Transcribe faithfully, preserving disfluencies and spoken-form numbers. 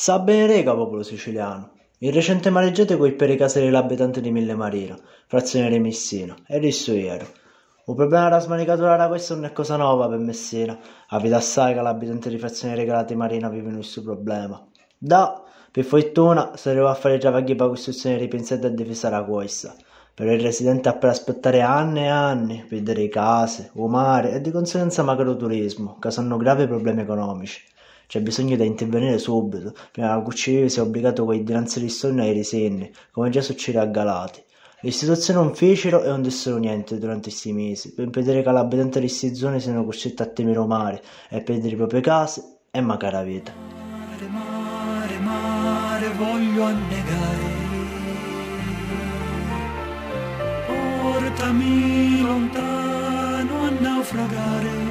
Sa bene rega, popolo siciliano. Il recente mareggiate colpì le case dell'abitante di Mille Marina, frazione di Messina, e risso ieri. Il problema della smanicatura da questo non è cosa nuova per Messina. Avete assai che l'abitante di frazione regalati Marina vive in questo problema. Da, per fortuna, si arriva a fare travagli per la costruzione di pensate e difesa da questa. Per il residente ha per aspettare anni e anni per vedere case, o mare e di conseguenza macroturismo, che sono gravi problemi economici. C'è bisogno di intervenire subito, prima che la Cuccioli sia obbligato con il dinanzi di storno ai risenni, come già succede a Galati. Le istituzioni non fecero e non dissero niente durante questi mesi, per impedire che l'abitante di queste zone siano costretti a temere il mare e perdere le proprie case e magari la vita. Mare, mare, mare, voglio annegare. Portami lontano a naufragare.